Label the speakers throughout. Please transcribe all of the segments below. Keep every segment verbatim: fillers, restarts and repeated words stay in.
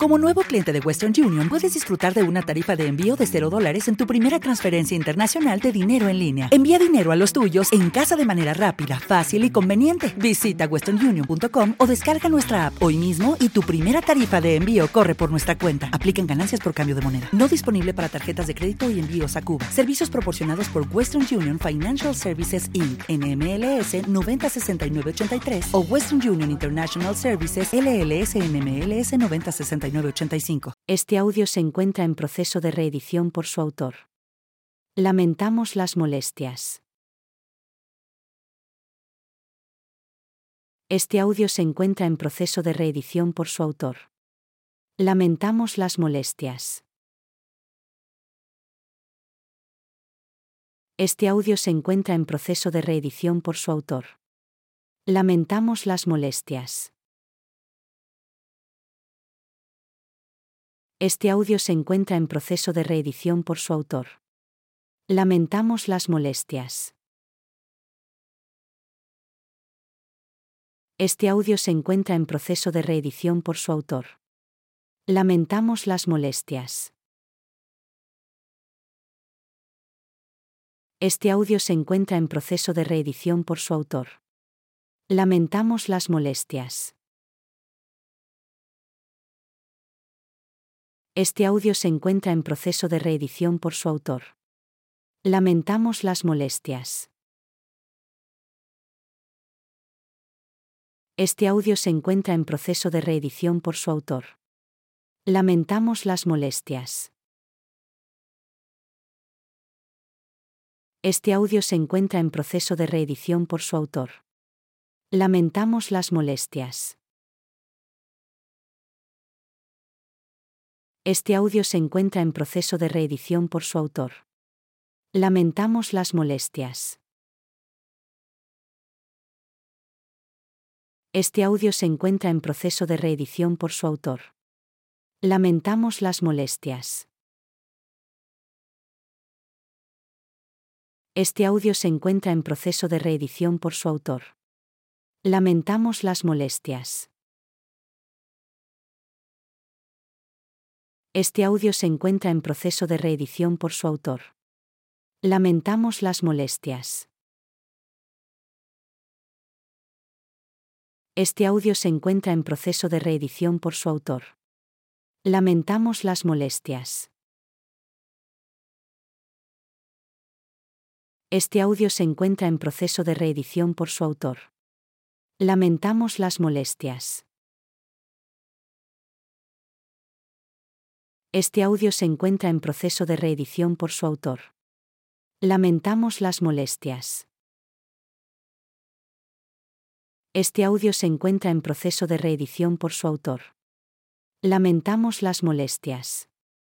Speaker 1: Como nuevo cliente de Western Union, puedes disfrutar de una tarifa de envío de cero dólares en tu primera transferencia internacional de dinero en línea. Envía dinero a los tuyos en casa de manera rápida, fácil y conveniente. Visita western union punto com o descarga nuestra app hoy mismo y tu primera tarifa de envío corre por nuestra cuenta. Aplican ganancias por cambio de moneda. No disponible para tarjetas de crédito y envíos a Cuba. Servicios proporcionados por Western Union Financial Services incorporated. N M L S noventa sesenta y nueve ochenta y tres o Western Union International Services L L S N M L S noventa sesenta y nueve ochenta y cinco.
Speaker 2: Este audio se encuentra en proceso de reedición por su autor. Lamentamos las molestias. Este audio se encuentra en proceso de reedición por su autor. Lamentamos las molestias. Este audio se encuentra en proceso de reedición por su autor. Lamentamos las molestias. Este audio se encuentra en proceso de reedición por su autor. Lamentamos las molestias. Este audio se encuentra en proceso de reedición por su autor. Lamentamos las molestias. Este audio se encuentra en proceso de reedición por su autor. Lamentamos las molestias. Este audio se encuentra en proceso de reedición por su autor. Lamentamos las molestias. Este audio se encuentra en proceso de reedición por su autor. Lamentamos las molestias. Este audio se encuentra en proceso de reedición por su autor. Lamentamos las molestias. Este audio se encuentra en proceso de reedición por su autor. Lamentamos las molestias. Este audio se encuentra en proceso de reedición por su autor. Lamentamos las molestias. Este audio se encuentra en proceso de reedición por su autor. Lamentamos las molestias. Este audio se encuentra en proceso de reedición por su autor. Lamentamos las molestias. Este audio se encuentra en proceso de reedición por su autor. Lamentamos las molestias. Este audio se encuentra en proceso de reedición por su autor. Lamentamos las molestias. Este audio se encuentra en proceso de reedición por su autor. Lamentamos las molestias. Este audio se encuentra en proceso de reedición por su autor. Lamentamos las molestias.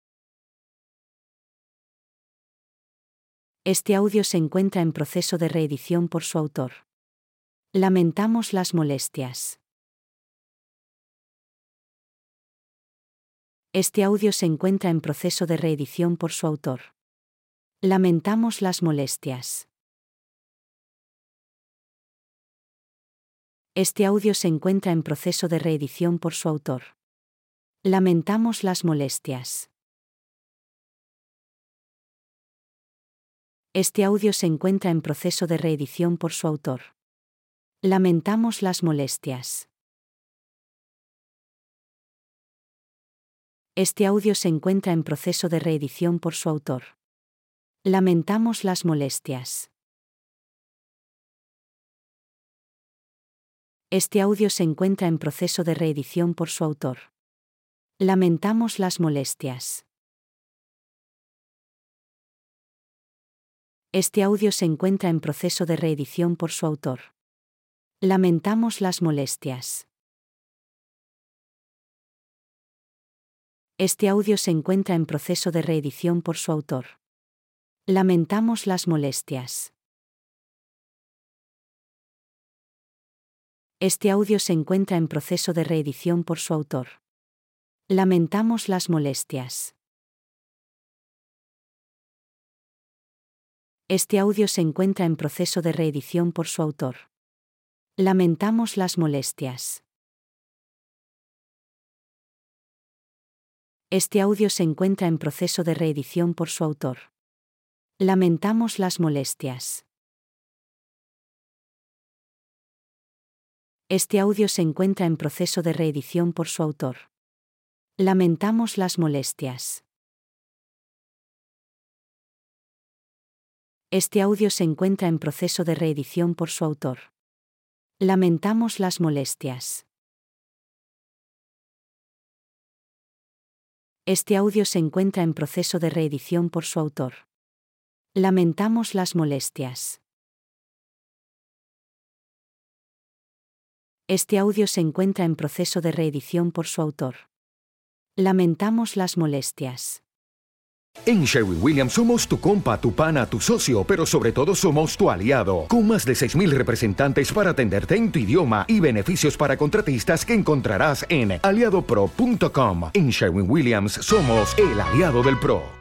Speaker 2: Este audio se encuentra en proceso de reedición por su autor. Lamentamos las molestias. Este audio se encuentra en proceso de reedición por su autor. Lamentamos las molestias. Este audio se encuentra en proceso de reedición por su autor. Lamentamos las molestias. Este audio se encuentra en proceso de reedición por su autor. Lamentamos las molestias. Este audio se encuentra en proceso de reedición por su autor. Lamentamos las molestias. Este audio se encuentra en proceso de reedición por su autor. Lamentamos las molestias. Este audio se encuentra en proceso de reedición por su autor. Lamentamos las molestias. Este audio se encuentra en proceso de reedición por su autor. Lamentamos las molestias. Este audio se encuentra en proceso de reedición por su autor. Lamentamos las molestias. Este audio se encuentra en proceso de reedición por su autor. Lamentamos las molestias. Este audio se encuentra en proceso de reedición por su autor. Lamentamos las molestias. Este audio se encuentra en proceso de reedición por su autor. Lamentamos las molestias. Este audio se encuentra en proceso de reedición por su autor. Lamentamos las molestias. Este audio se encuentra en proceso de reedición por su autor. Lamentamos las molestias. Este audio se encuentra en proceso de reedición por su autor. Lamentamos las molestias.
Speaker 3: En Sherwin-Williams somos tu compa, tu pana, tu socio, pero sobre todo somos tu aliado, con más de seis mil representantes para atenderte en tu idioma y beneficios para contratistas que encontrarás en aliado pro punto com. En Sherwin-Williams somos el aliado del pro.